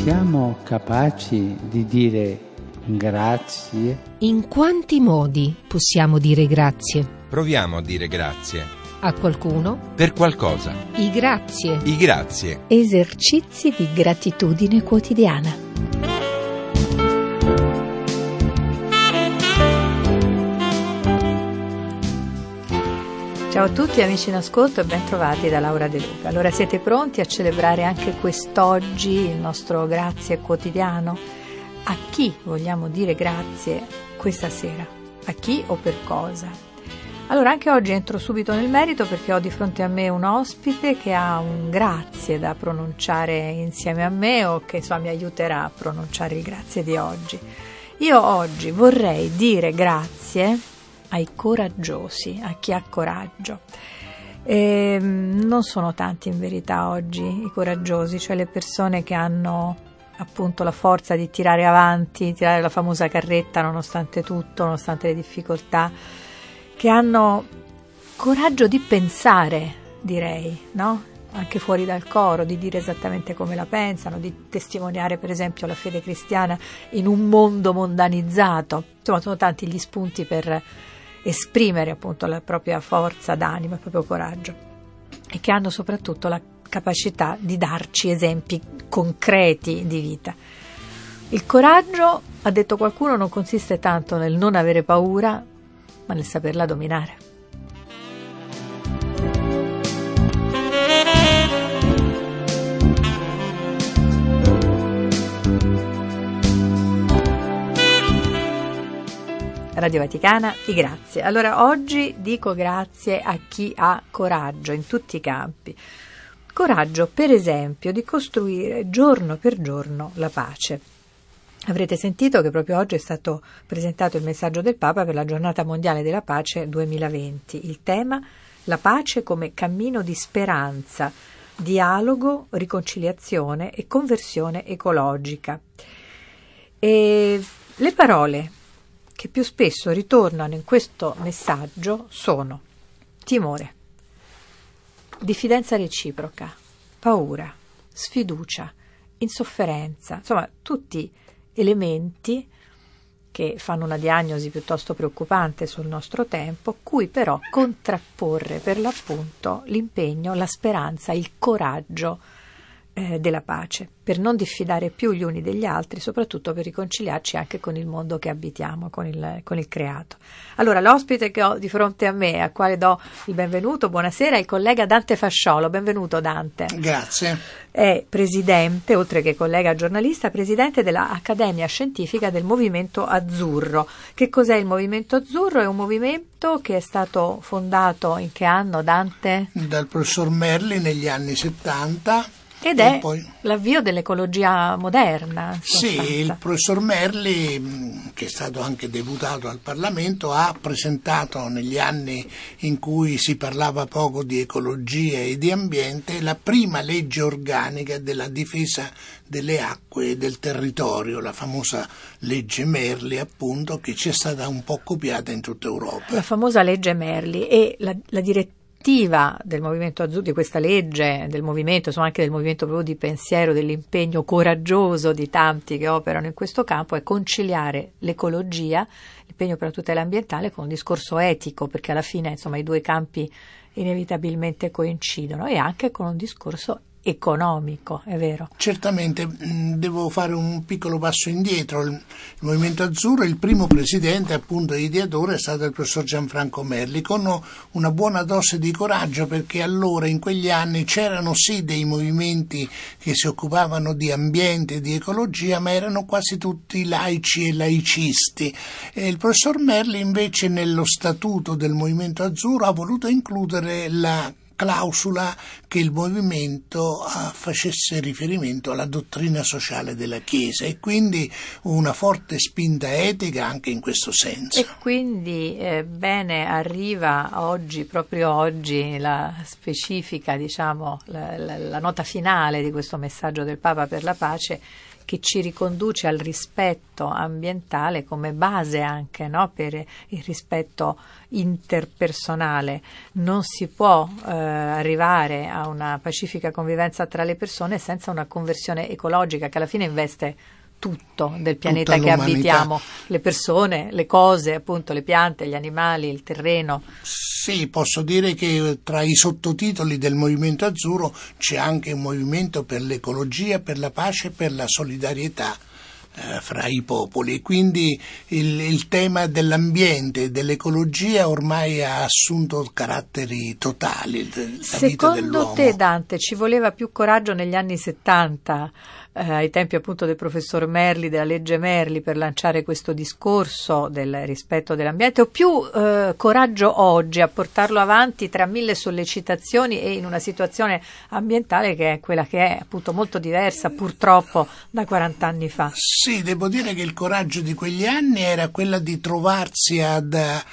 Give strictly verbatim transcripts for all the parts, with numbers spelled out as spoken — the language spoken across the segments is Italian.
Siamo capaci di dire grazie? In quanti modi possiamo dire grazie? Proviamo a dire grazie. A qualcuno? Per qualcosa. I grazie. I grazie. Esercizi di gratitudine quotidiana. Ciao a tutti amici in ascolto e ben trovati da Laura De Luca. Allora, siete pronti a celebrare anche quest'oggi il nostro grazie quotidiano? A chi vogliamo dire grazie questa sera? A chi o per cosa? Allora, anche oggi entro subito nel merito perché ho di fronte a me un ospite che ha un grazie da pronunciare insieme a me o che insomma mi aiuterà a pronunciare il grazie di oggi. Io oggi vorrei dire grazie ai coraggiosi, a chi ha coraggio. E non sono tanti in verità oggi i coraggiosi, cioè le persone che hanno appunto la forza di tirare avanti, tirare la famosa carretta nonostante tutto, nonostante le difficoltà, che hanno coraggio di pensare, direi, no? Anche fuori dal coro, di dire esattamente come la pensano, di testimoniare per esempio la fede cristiana in un mondo mondanizzato. Insomma, sono tanti gli spunti per esprimere appunto la propria forza d'animo, il proprio coraggio, e che hanno soprattutto la capacità di darci esempi concreti di vita. Il coraggio, ha detto qualcuno, non consiste tanto nel non avere paura, ma nel saperla dominare. Radio Vaticana, i grazie. Allora, oggi dico grazie a chi ha coraggio in tutti i campi. Coraggio, per esempio, di costruire giorno per giorno la pace. Avrete sentito che proprio oggi è stato presentato il messaggio del Papa per la Giornata Mondiale della Pace duemilaventi. Il tema: la pace come cammino di speranza, dialogo, riconciliazione e conversione ecologica. E le parole che più spesso ritornano in questo messaggio sono timore, diffidenza reciproca, paura, sfiducia, insofferenza, insomma tutti elementi che fanno una diagnosi piuttosto preoccupante sul nostro tempo, cui però contrapporre per l'appunto l'impegno, la speranza, il coraggio eh, della pace, per non diffidare più gli uni degli altri, soprattutto per riconciliarci anche con il mondo che abitiamo, con il, con il creato. Allora, l'ospite che ho di fronte a me, al quale do il benvenuto, buonasera, è il collega Dante Fasciolo. Benvenuto Dante. Grazie. È presidente, oltre che collega giornalista, presidente dell'Accademia Scientifica del Movimento Azzurro. Che cos'è il Movimento Azzurro? È un movimento che è stato fondato in che anno, Dante? Dal professor Merli negli anni settanta. Ed è poi l'avvio dell'ecologia moderna. Sì, il professor Merli, che è stato anche deputato al Parlamento, ha presentato negli anni in cui si parlava poco di ecologia e di ambiente la prima legge organica della difesa delle acque e del territorio, la famosa legge Merli, appunto, che ci è stata un po' copiata in tutta Europa. La famosa legge Merli e la, la direttiva del Movimento Azzurro, di questa legge, del movimento, insomma anche del movimento proprio di pensiero, dell'impegno coraggioso di tanti che operano in questo campo, è conciliare l'ecologia, l'impegno per la tutela ambientale, con un discorso etico, perché alla fine insomma i due campi inevitabilmente coincidono, e anche con un discorso economico, è vero? Certamente, devo fare un piccolo passo indietro. Il Movimento Azzurro, il primo presidente, appunto ideatore, è stato il professor Gianfranco Merli, con una buona dose di coraggio, perché allora in quegli anni c'erano sì dei movimenti che si occupavano di ambiente e di ecologia, ma erano quasi tutti laici e laicisti, e il professor Merli invece nello statuto del Movimento Azzurro ha voluto includere la clausola che il movimento uh, facesse riferimento alla dottrina sociale della Chiesa, e quindi una forte spinta etica anche in questo senso. E quindi eh, bene arriva oggi, proprio oggi, la specifica, diciamo, la, la, la nota finale di questo messaggio del Papa per la pace, che ci riconduce al rispetto ambientale come base anche, no? Per il rispetto interpersonale. Non si può eh, arrivare a una pacifica convivenza tra le persone senza una conversione ecologica che alla fine investe tutto del pianeta che abitiamo, le persone, le cose, appunto le piante, gli animali, il terreno. Sì, posso dire che tra i sottotitoli del Movimento Azzurro c'è anche un movimento per l'ecologia, per la pace e per la solidarietà eh, fra i popoli. Quindi il, il tema dell'ambiente e dell'ecologia ormai ha assunto caratteri totali della vita dell'uomo. Secondo te, Dante, ci voleva più coraggio negli anni settanta? Eh, ai tempi appunto del professor Merli, della legge Merli, per lanciare questo discorso del rispetto dell'ambiente, o più eh, coraggio oggi a portarlo avanti tra mille sollecitazioni e in una situazione ambientale che è quella che è, appunto molto diversa purtroppo da quaranta anni fa? Sì, devo dire che il coraggio di quegli anni era quella di trovarsi ad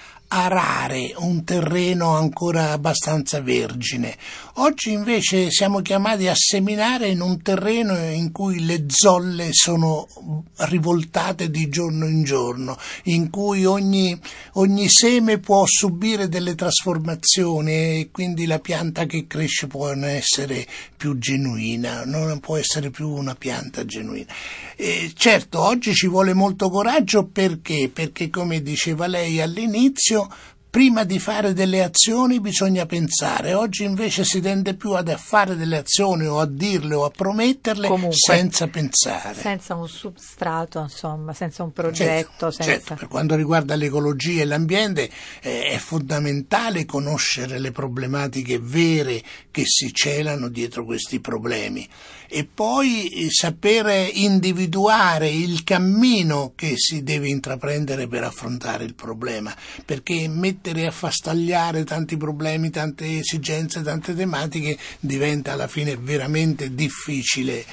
arare un terreno ancora abbastanza vergine. Oggi invece siamo chiamati a seminare in un terreno in cui le zolle sono rivoltate di giorno in giorno, in cui ogni, ogni seme può subire delle trasformazioni e quindi la pianta che cresce può non essere più genuina, non può essere più una pianta genuina. E certo, oggi ci vuole molto coraggio perché? Perché come diceva lei all'inizio, prima di fare delle azioni bisogna pensare. Oggi invece si tende più ad fare delle azioni o a dirle o a prometterle comunque, senza pensare. Senza un substrato, insomma, senza un progetto. Certo, senza... certo. Per quanto riguarda l'ecologia e l'ambiente eh, è fondamentale conoscere le problematiche vere che si celano dietro questi problemi e poi saper individuare il cammino che si deve intraprendere per affrontare il problema, perché mettere a fastagliare tanti problemi, tante esigenze, tante tematiche diventa alla fine veramente difficile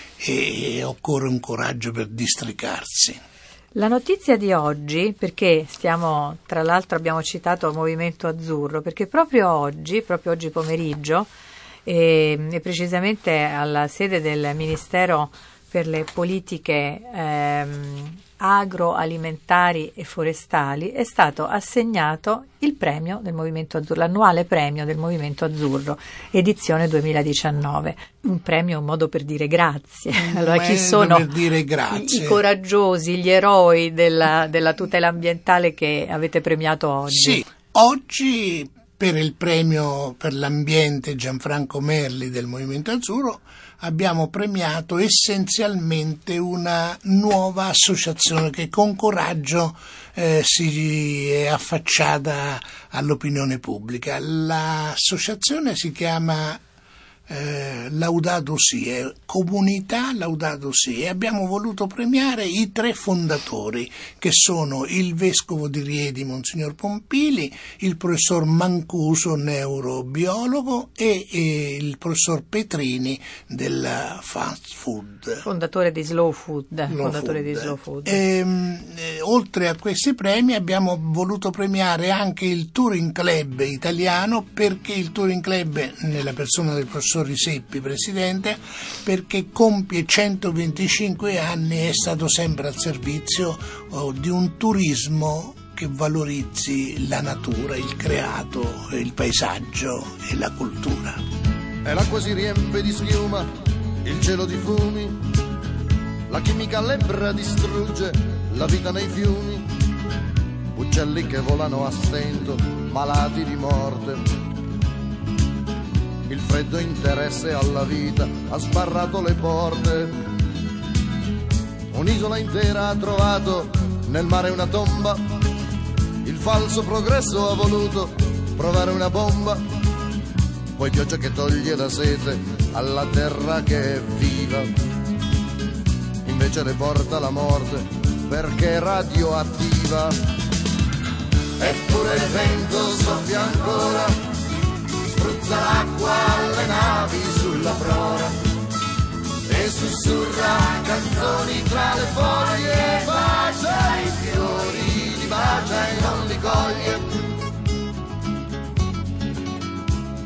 e occorre un coraggio per districarsi. La notizia di oggi, perché stiamo, tra l'altro abbiamo citato il Movimento Azzurro, perché proprio oggi, proprio oggi pomeriggio, e, e precisamente alla sede del Ministero per le politiche ehm, agroalimentari e forestali è stato assegnato il premio del Movimento Azzurro, l'annuale premio del Movimento Azzurro, edizione duemiladiciannove. Un premio, un modo per dire grazie. Allora, chi sono per dire grazie. I, i coraggiosi, gli eroi della, della tutela ambientale che avete premiato oggi? Sì, oggi per il premio per l'ambiente Gianfranco Merli del Movimento Azzurro abbiamo premiato essenzialmente una nuova associazione che con coraggio eh, si è affacciata all'opinione pubblica. L'associazione si chiama eh, Laudato Si, è Comunità Laudato Si, e abbiamo voluto premiare i tre fondatori, che sono il vescovo di Rieti, Monsignor Pompili, il professor Mancuso, neurobiologo, e, e il professor Petrini del fast food. Fondatore di Slow Food. Slow fondatore food. di Slow Food. E, e, oltre a questi premi abbiamo voluto premiare anche il Touring Club italiano, perché il Touring Club, nella persona del professor Riseppi, presidente, perché compie centoventicinque anni e è stato sempre al servizio oh, di un turismo che valorizzi la natura, il creato, il paesaggio e la cultura. E l'acqua si riempie di schiuma, il cielo di fumi, la chimica lebbra distrugge la vita nei fiumi, uccelli che volano a stento, malati di morte. Il freddo interesse alla vita ha sbarrato le porte. Un'isola intera ha trovato nel mare una tomba. Il falso progresso ha voluto provare una bomba. Poi pioggia che toglie la sete alla terra che è viva, invece le porta la morte perché è radioattiva. Eppure il vento soffia ancora, spruzza l'acqua alle navi sulla prora e sussurra canzoni tra le foglie, bacia i fiori, li bacia e non li coglie.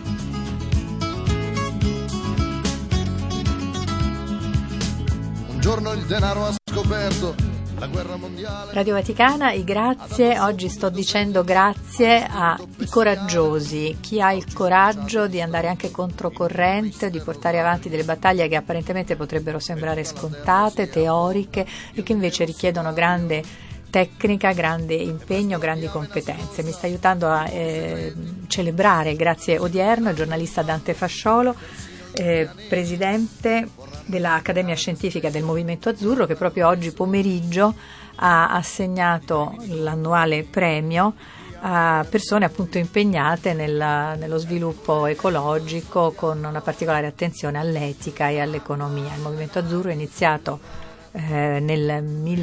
Un giorno il denaro ha scoperto la guerra mondiale. Radio Vaticana, i grazie. Oggi sto dicendo grazie ai coraggiosi, chi ha il coraggio di andare anche controcorrente, di portare avanti delle battaglie che apparentemente potrebbero sembrare scontate, teoriche, e che invece richiedono grande tecnica, grande impegno, grandi competenze. Mi sta aiutando a eh, celebrare il grazie odierno il giornalista Dante Fasciolo, eh, presidente dell'Accademia Scientifica del Movimento Azzurro, che proprio oggi pomeriggio ha assegnato l'annuale premio a persone appunto impegnate nella, nello sviluppo ecologico, con una particolare attenzione all'etica e all'economia. Il Movimento Azzurro è iniziato Eh, nel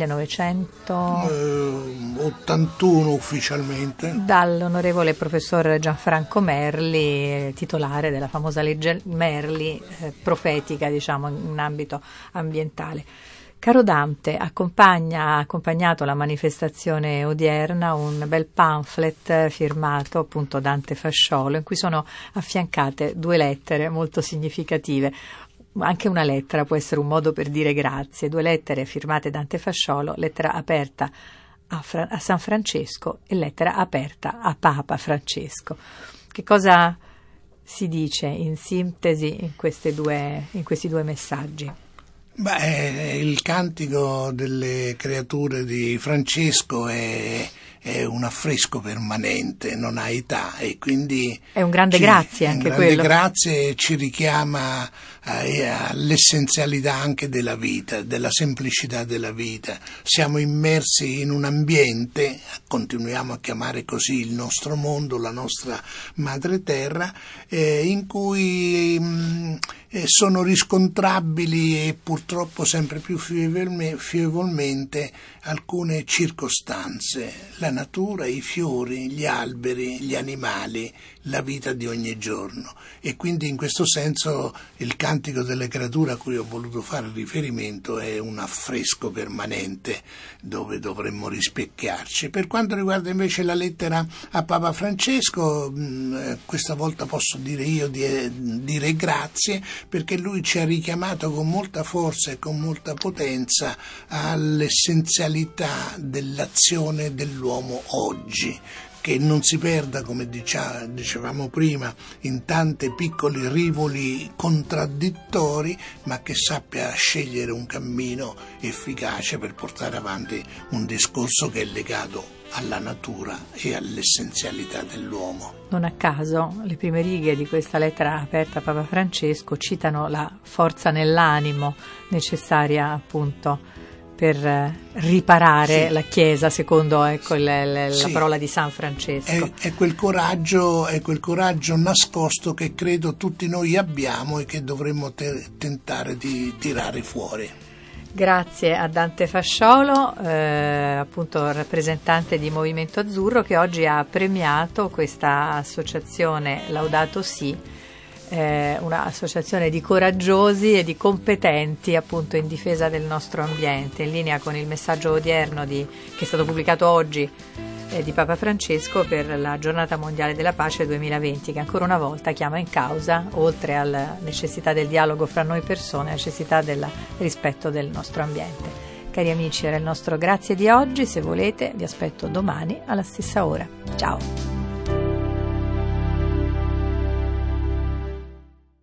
millenovecentottantuno ufficialmente dall'onorevole professor Gianfranco Merli, titolare della famosa legge Merli, eh, profetica diciamo in ambito ambientale. Caro Dante, accompagna, ha accompagnato la manifestazione odierna un bel pamphlet firmato appunto Dante Fasciolo, in cui sono affiancate due lettere molto significative. Anche una lettera può essere un modo per dire grazie. Due lettere firmate Dante Fasciolo, lettera aperta a, Fra- a San Francesco e lettera aperta a Papa Francesco. Che cosa si dice in sintesi in, queste due, in questi due messaggi? Beh, il cantico delle creature di Francesco è, è un affresco permanente, non ha età, e quindi è un grande ci, grazie anche un grande quello. Grazie ci richiama eh, all'essenzialità anche della vita, della semplicità della vita. Siamo immersi in un ambiente, continuiamo a chiamare così il nostro mondo, la nostra madre terra, eh, in cui mh, eh, sono riscontrabili e purtroppo sempre più fievolmente alcune circostanze, la natura, i fiori, gli alberi, gli animali, la vita di ogni giorno. E quindi in questo senso il cantico delle creature a cui ho voluto fare riferimento è un affresco permanente dove dovremmo rispecchiarci. Per quanto riguarda invece la lettera a Papa Francesco, questa volta posso dire io di, dire grazie, perché lui ci ha richiamato con molta forza e con molta potenza all'essenzialità dell'azione dell'uomo oggi, che non si perda, come dicevamo prima, in tanti piccoli rivoli contraddittori, ma che sappia scegliere un cammino efficace per portare avanti un discorso che è legato alla natura e all'essenzialità dell'uomo. Non a caso le prime righe di questa lettera aperta a Papa Francesco citano la forza nell'animo necessaria appunto per riparare sì. la Chiesa, secondo ecco, le, le, la sì. parola di San Francesco. È, è, quel coraggio, è quel coraggio nascosto che credo tutti noi abbiamo e che dovremmo te, tentare di tirare fuori. Grazie a Dante Fasciolo, eh, appunto rappresentante di Movimento Azzurro, che oggi ha premiato questa associazione Laudato Si, Eh, un'associazione di coraggiosi e di competenti appunto in difesa del nostro ambiente, in linea con il messaggio odierno di, che è stato pubblicato oggi eh, di Papa Francesco per la Giornata Mondiale della Pace duemilaventi, che ancora una volta chiama in causa, oltre alla necessità del dialogo fra noi persone, la necessità del rispetto del nostro ambiente. Cari amici, era il nostro grazie di oggi. Se volete vi aspetto domani alla stessa ora. Ciao!